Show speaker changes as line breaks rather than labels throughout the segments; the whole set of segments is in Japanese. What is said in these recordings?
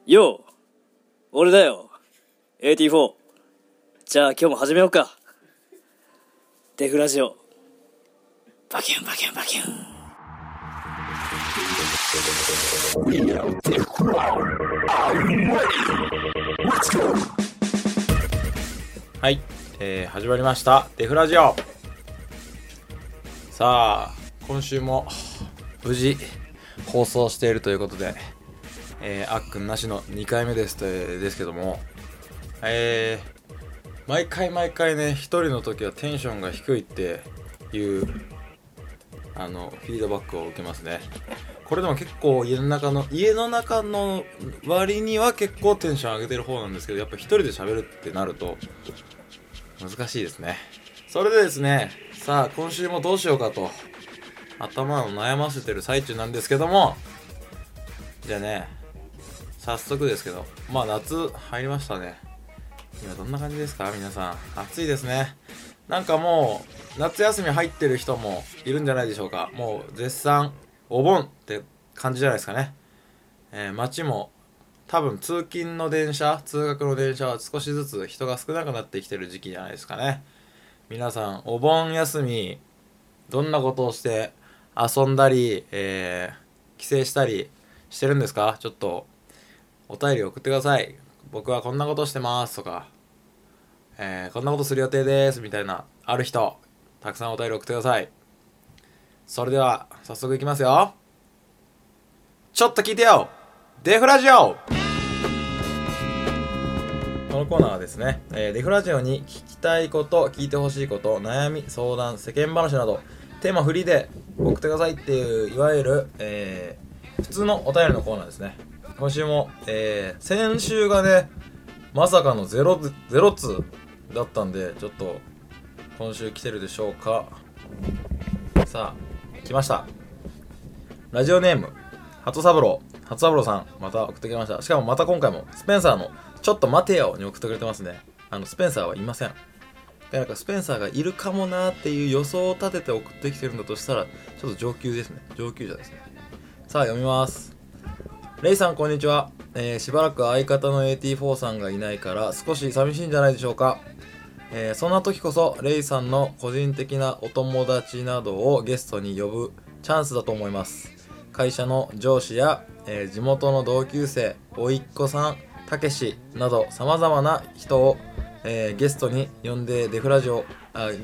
よう、俺だよ AT4。 じゃあ今日も始めようか。デフラジオバキュンバキュンバキュン。
はい、始まりましたデフラジオ。さあ今週も無事放送しているということで、あっくんなしの2回目ですけども、毎回ね一人の時はテンションが低いっていうフィードバックを受けますね。これでも結構家の中の割には結構テンション上げてる方なんですけど、やっぱ一人で喋るってなると難しいですね。それでですね、さあ今週もどうしようかと頭を悩ませてる最中なんですけども、じゃあね早速ですけど、夏入りましたね。今どんな感じですか皆さん。暑いですね。なんかもう夏休み入ってる人もいるんじゃないでしょうか。もう絶賛お盆って感じじゃないですかね。街も多分通学の電車は少しずつ人が少なくなってきてる時期じゃないですかね。皆さんお盆休みどんなことをして遊んだり、帰省したりしてるんですか？ちょっとお便り送ってください。僕はこんなことしてますとか、こんなことする予定ですみたいなある人たくさんお便り送ってください。それでは早速いきますよ。ちょっと聞いてよデフラジオ。このコーナーはですね、デフラジオに聞きたいこと、聞いてほしいこと、悩み、相談、世間話などテーマフリーで送ってくださいっていう、いわゆる、普通のお便りのコーナーですね。今週も、先週がねまさかのゼロ通だったんで、ちょっと今週来てるでしょうか。さあ来ました。ラジオネーム初三郎さん、また送ってきました。しかもまた今回もスペンサーのちょっと待てよに送ってくれてますね。スペンサーはいません。でなんかスペンサーがいるかもなーっていう予想を立てて送ってきてるんだとしたらちょっと上級ですね。上級者ですね。さあ読みます。レイさんこんにちは。しばらく相方の AT4 さんがいないから少し寂しいんじゃないでしょうか。そんな時こそレイさんの個人的なお友達などをゲストに呼ぶチャンスだと思います。会社の上司や、地元の同級生、甥っ子さん、たけしなど様々な人を、ゲストに呼んでのデフラジオ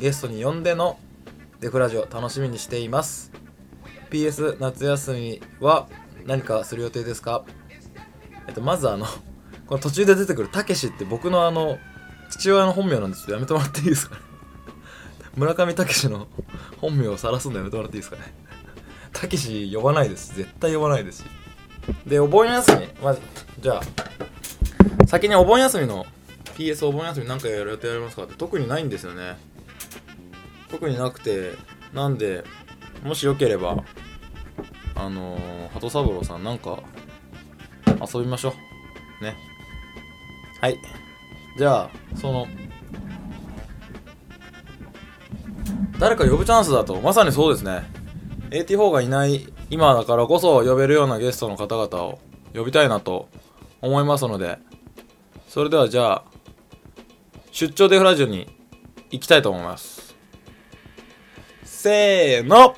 楽しみにしています。 PS 夏休みは何かする予定ですか？まずこの途中で出てくるたけしって僕の父親の本名なんですけど、やめてもらっていいですかね。村上たけしの本名を晒すのやめてもらっていいですかね。たけし呼ばないです。絶対呼ばないですし。でお盆休み、じゃあ先にお盆休みの PS お盆休み何かやる予定ありますかって特にないんですよね。特になくて、なんでもしよければ鳩三郎さんなんか遊びましょうね。はい、じゃあ誰か呼ぶチャンスだと、まさにそうですね。 AT4 がいない今だからこそ呼べるようなゲストの方々を呼びたいなと思いますので、それではじゃあ出張デフラジオに行きたいと思います。せーの。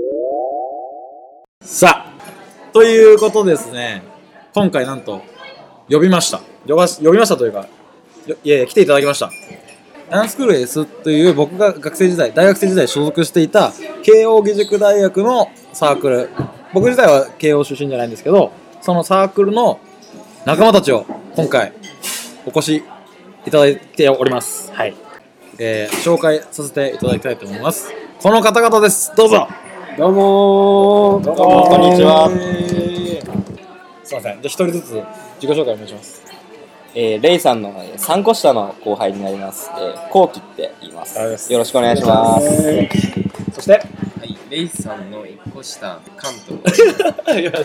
さあということですね、今回なんと呼びましたというか、来ていただきました。ダンスクール S という僕が大学生時代所属していた慶応義塾大学のサークル、僕自体は慶応出身じゃないんですけど、そのサークルの仲間たちを今回お越しいただいております。はい、紹介させていただきたいと思います。この方々です。どうぞ。
どうもこんにちは。
すいません、じゃあ一人ずつ自己紹介お願いします。
レイさんの3個下の後輩になります。コウキって言います。よろしくお願いします。
そして、
はい、レイさんの1個下、関東。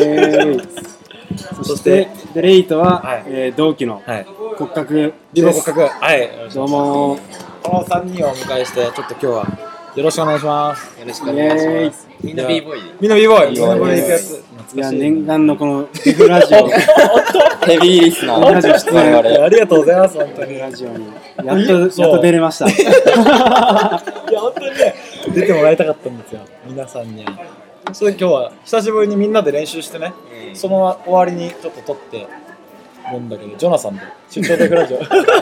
そしてレイとは、
はい、
同期の骨格です。
リボ骨格。はい。
どうも
この3人をお迎えしてちょっと今日は
よろしくお願いします。
よろしくお願いします。みんな b ボーイで。
みんな b ボーイ。
b ボーイ
これ行くやつ。
いや、念願のこのデフラジオ、デ
ヘビーリスナー。
フラジオ出演、
ありがとうございます、本当に。
デフラジオに。やっと出れました。
いや、本当にね、出てもらいたかったんですよ、皆さんに。それで今日は久しぶりにみんなで練習してね、その終わりにちょっと撮ってるんだけど、ジョナサンで出張デフラジオ。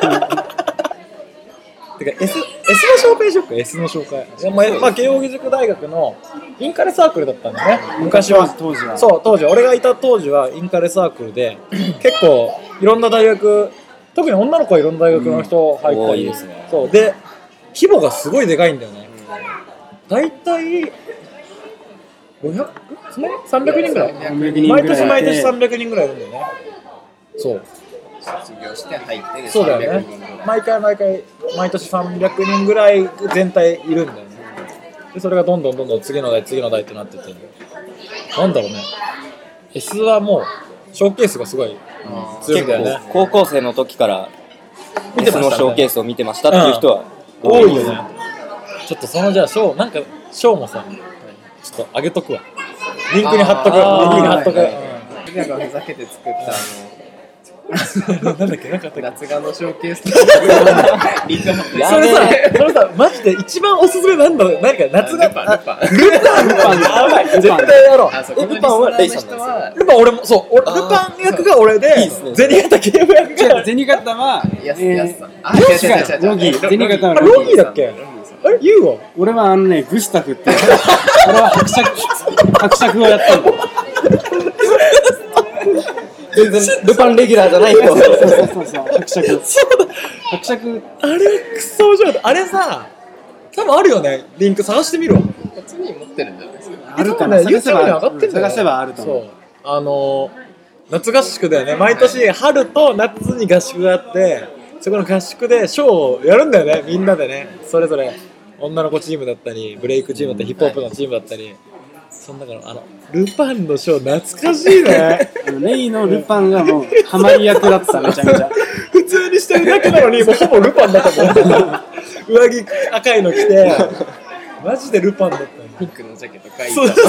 てか S の紹介しよっか。 S の紹介、まあ、慶應義塾大学のインカレサークルだったんだね、昔は。
当時は。
そう、当時俺がいた当時はインカレサークルで結構いろんな大学、特に女の子はいろんな大学の人入ったり、
多いですね。
そうで規模がすごいでかいんだよね。だいたい500、300人ぐらい、毎年毎年300人ぐらいいるんだよね。そう、
卒業して入って
そうだよね。毎回毎年300人ぐらい全体いるんだよね。でそれがどんどん次の代ってなってて、なんだろうね、 S はもうショーケースがすごい強いんだよね。
高校生の時から
見てましたね
S のショーケースを見てましたっていう人は
多いよね。ちょっとそのじゃあショーもさ、ちょっと上げとくわ。リンクに貼っとく。
僕らがふざけて作った
なんだっけ、なんか
夏画のショーケースリンク貼って
それさ、マジで一番おすすめなんだろう。何か夏がルパンやばい、絶対やろう。
ルパンはレイさんなんですよ。
ルパン俺もそう、ルパン役が俺で、銭形警部役が
銭形は、
やすさん。あ、
ロギ、銭形は
ロギーだっけ。あれ、ユウは
俺はグスタフって、俺は伯爵をやったんだ。
全然ルパンレギュラーじゃない人。
そう、伯爵。伯爵。
あれクソ面白い。あれさ、多分あるよね。リンク探してみろ。
こっちに持ってるんじゃないですか。
あるかな。
YouTube に上がってんだよ。
探せばあると思う。
そう。夏合宿だよね。毎年春と夏に合宿があって、そこの合宿でショーをやるんだよね。みんなでね。それぞれ女の子チームだったり、ブレイクチームだったり、ヒップホップのチームだったり。そんなからルパンのショー懐かしいね。
レイのルパンがもうハマり役だった。めちゃめちゃ
普通にしてるだけなのにもうほぼルパンだったもん。上着赤いの着てマジでルパンだったの。
ピンクのジャケット書い
そう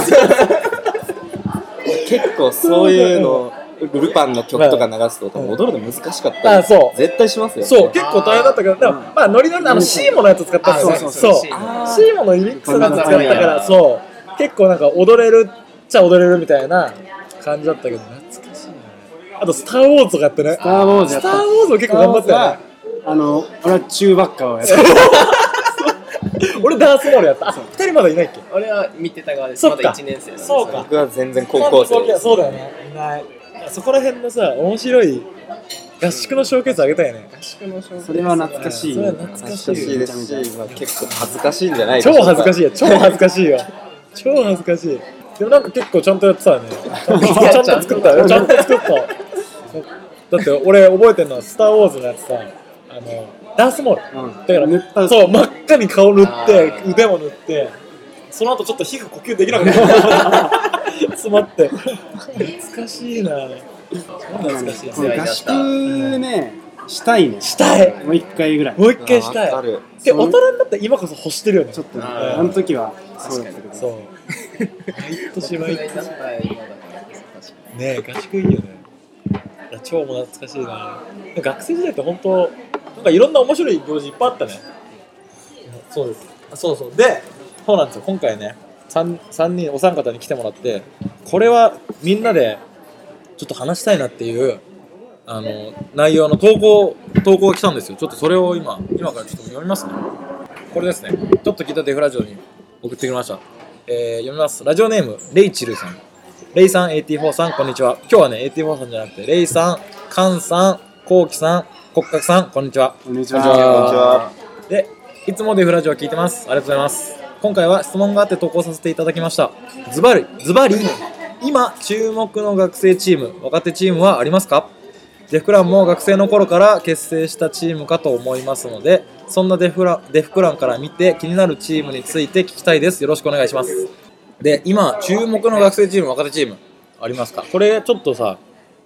結構そういうのルパンの曲とか流すと踊るの難しかったり、
そう
絶対しますよ。
そう、結構大変だったけど、でもまあノリノリでシーモのやつ使ったんですよ。そう、シーモのリミックスのやつ使ったから、そう結構なんか踊れるっちゃ踊れるみたいな感じだったけど、懐かしいね。あとスター・ウォーズとかやってね。スター・ウォーズも結構頑張ったよね。
俺はチューバッカーをやった
俺ダースモールやった。2人まだいないっけ。
俺は見てた側です。まだ1年生なんです。
そうか。
僕は全然高校生です。
そうだよね。いない。そこら辺のさ、面白い合宿のショーケースあげたいね。
合宿のショーケース。
それは懐かしい。
それは懐かしい
ですし、結構恥ずかしいんじゃないですか。
超恥ずかしいよ。超恥ずかしいよ。超恥ずかしい。でもなんか結構ちゃんとやってたよね。ちゃんと作ったよ。ちゃんと作った。だって俺覚えてるのはスター・ウォーズのやつさ、ダースモール。だから塗った。そう、真っ赤に顔塗って腕も塗って、その後ちょっと皮膚呼吸できなくなった。詰まって。懐かしいな。懐かしい。
合宿ね、したいね。
したい。
もう一回ぐらい。
もう一回したい。で、大人になって今こそ欲してるよね。
ちょっとね、あの時はそうだったけど。
そう。毎年毎年。ねえ、合宿いいよね。超も懐かしいな。学生時代って本当なんかいろんな面白い行事いっぱいあったね。そうです。そうで、そうなんですよ。今回ね、3人お三方に来てもらって、これはみんなでちょっと話したいなっていう内容の投稿が来たんですよ。ちょっとそれを今からちょっと読みますね。これですね。ちょっと聞いたデフラジオに送ってきました。読みます。ラジオネームレイチルさん。レイさん、84さん、こんにちは。今日はね、84さんじゃなくて、レイさん、カンさん、コウキさん、骨格さん、こんにちは。
こんにちは。
で、いつもデフラジオを聞いてます。ありがとうございます。今回は質問があって投稿させていただきました。ズバリ、今、注目の学生チーム、若手チームはありますか？デフクランも学生の頃から結成したチームかと思いますので、そんなデフクランから見て気になるチームについて聞きたいです。よろしくお願いします。で、今注目の学生チーム、若手チームありますか？これちょっとさ、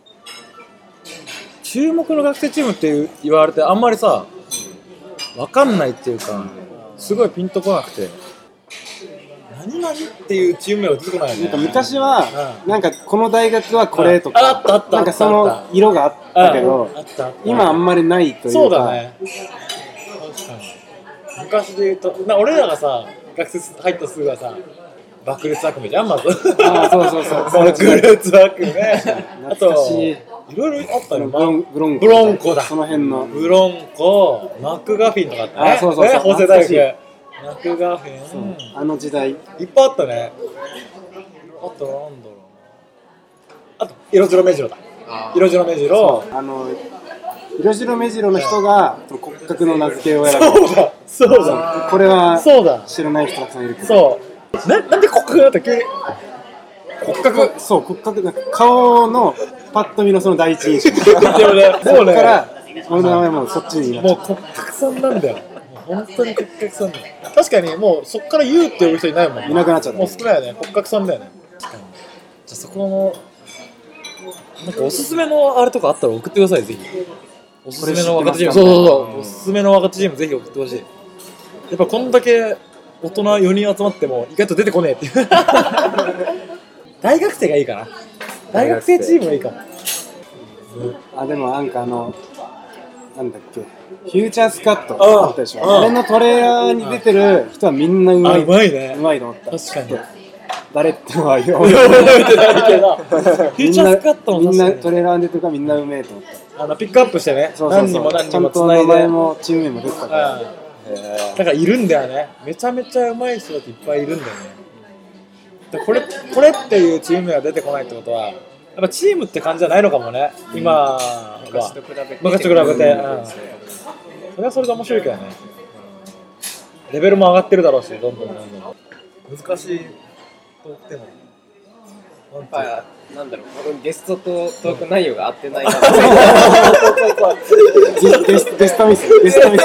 注目の学生チームって言われてあんまりさ分かんないっていうか、すごいピンとこなくて、 何々っていうチーム名が出てこないよね。
なんか昔は、なんかこの大学はこれとか、
あった
なんかその色があったけど、今あんまりないというか。
そうだね。確かに。昔で言うと、俺らがさ、学生入ったすぐはさ、爆裂悪夢じゃん、まず。
あ、そうそうそう。
爆裂悪夢ね。あと、いろいろあったね。
ブロンコだ。その辺の。
ブロンコ、マクガフィンとかあったね。
そうそうそう。
法政大学。マクガフィン。
あの時代。
いっぱいあったね。あとなんだろう。あと、色白目白だ。色白目白。
色白目白の人が骨格の名付けを選ぶ。
そうだ。
これは
そうだ。
知らない人たくさんいるけど。
そう。なんで骨格だったっけ？骨格。
そう、骨格、なんか顔のパッと見のその第一印象。
でもね、もうね。
だから、俺の名前もそっちになっちゃう。
もう骨格さんなんだよ。本当に骨格さんだよ。確かにもうそっから言うって呼ぶ人いないもんね。
いなくなっちゃった。
もう少ないよね。骨格さんだよね。確かに。じゃあそこのなんかおすすめのあれとかあったら送ってください、ぜひ。おすすめの若手チーム。そう。おすすめの若手チームぜひ送ってほしい。やっぱこんだけ大人4人集まっても意外と出てこねえっていう。大学生がいいかな。大学生チームがいいかも。
あ、でもなんかなんだっけ、フューチャースカットあったでしょ。あれのトレーラーに出てる人はみんなうまい。
うまいね。
うまいと思った。
確かに。
誰ってのは
覚えてないけど。フューチャースカットも
みんなトレーラーに出てるからみんなうめえと思った。
ピックアップしてね。何人も何人もつないで。
ちゃんと名前もチーム名も出てたから。
だからいるんだよね。めちゃめちゃうまい人だっていっぱいいるんだよね。でこれっていうチームが出てこないってことは、やっぱチームって感じじゃないのかもね。今は昔と比べて。それはそれで面白いけどね。レベルも上がってるだろうし、どんどん。難しいと言っても。
なんだろう、ゲストとトーク内容が合ってないな。
ゲストミス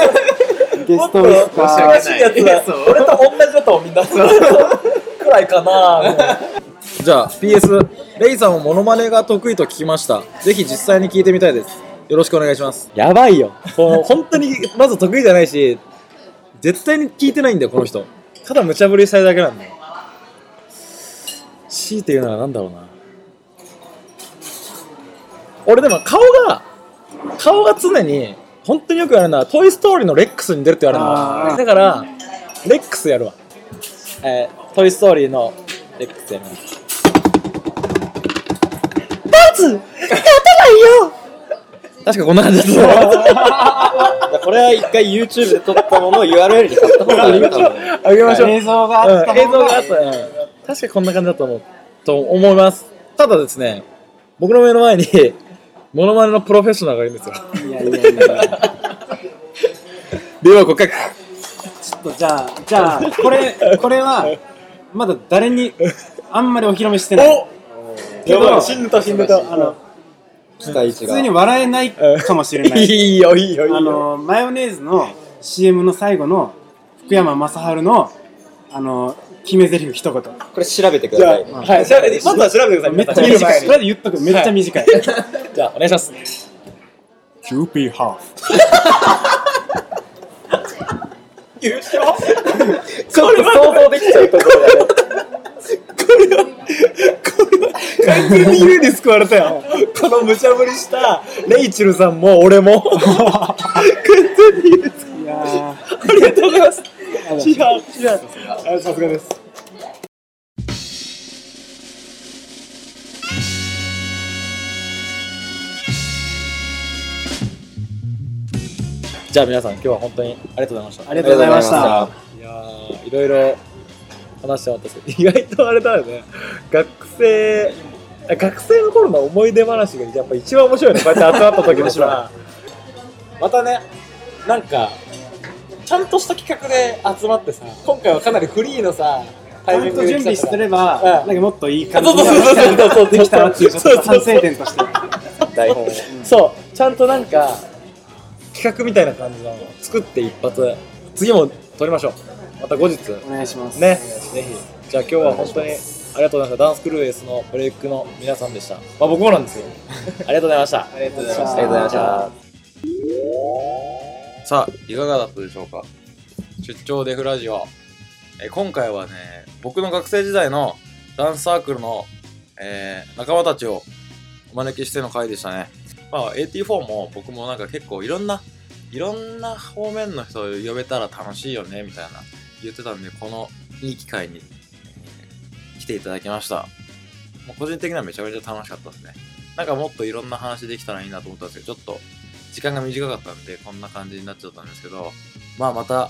か。
難しいやつは俺と同じだとみんなくらいかな。じゃあ PS レイさんもモノマネが得意と聞きました。ぜひ実際に聞いてみたいです。よろしくお願いします。やばいよ。本当にまず得意じゃないし、絶対に聞いてないんだよこの人。ただ無茶ぶりしたいだけなんだよ。強いて言うならなんだろうな。俺でも顔が常に本当によく言われるのはトイストーリーのレックスに出るって言われるの。だからレックスやるわ。トイストーリーのレックスやる。ダーツ勝たないよ。確かこんな感じだった。
これは一回 YouTube で撮ったものを URL に貼った方がいいかも。
あげましょう。
映像があった
映像があった。確かこんな感じだと思います。ただですね、僕の目の前にモノマネのプロフェッショナルがいるんですよ。
いや。
では告白。
ちょっとじゃあこれはまだ誰にあんまりお披露目してない。
けど死んでた。
期待値が
普通に笑えないかもしれない。
いいよ。
マヨネーズの CM の最後の福山雅治の決め台詞一言。
これ調べてください。
はい、まずは調べてください。
めっちゃ短い。とりあえず言っとく。めっちゃ短い。
じゃあお願いします。
キューピーハーフ。
優勝？
ちょっと想像できちゃうところだね。
これは完全に家に救われたよ。この無茶ぶりしたレイチェルさんも俺も完全に家に救われた。ありがとうございます。さすがです。じゃあ皆さん今日は本当にありがとうございました。
ありがとうございました。
いやー、いろいろ話してもらったんですけど、意外とあれだよね。学生の頃の思い出話がやっぱ一番面白いね。こうやって集まった時のさ、またね、なんかちゃんとした企画で集まってさ、今回はかなりフリーのさ、
ちゃんと準備すれば、なんかもっといい感じ
そう
できたなっていうちょっと反省点として
台本
そうちゃんとなんか企画みたいな感じの作って一発次も撮りましょう。また後日
お願いします
ね。ぜひ。じゃあ今日は本当にありがとうございました。ダンスクルーエースのブレイクの皆さんでした。まあ僕もなんですよ。ありがとうございました。
ありがとうございました。
さあいかがだったでしょうか。出張デフラジオ、 今回はね、僕の学生時代のダンスサークルの、仲間たちをお招きしての回でしたね。まあ AT4 も僕もなんか結構いろんな方面の人を呼べたら楽しいよねみたいな言ってたんで、このいい機会に、来ていただきました。もう個人的にはめちゃめちゃ楽しかったですね。なんかもっといろんな話できたらいいなと思ったんですけど、ちょっと時間が短かったんでこんな感じになっちゃったんですけど、まあまた、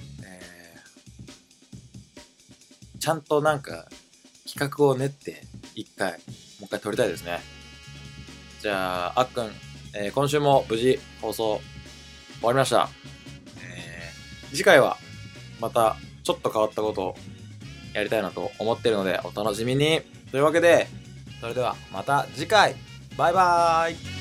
ちゃんとなんか企画を練ってもう一回撮りたいですね。じゃああっくん、今週も無事放送終わりました。次回はまたちょっと変わったことをやりたいなと思ってるのでお楽しみに。というわけで、それではまた次回、バイバーイ。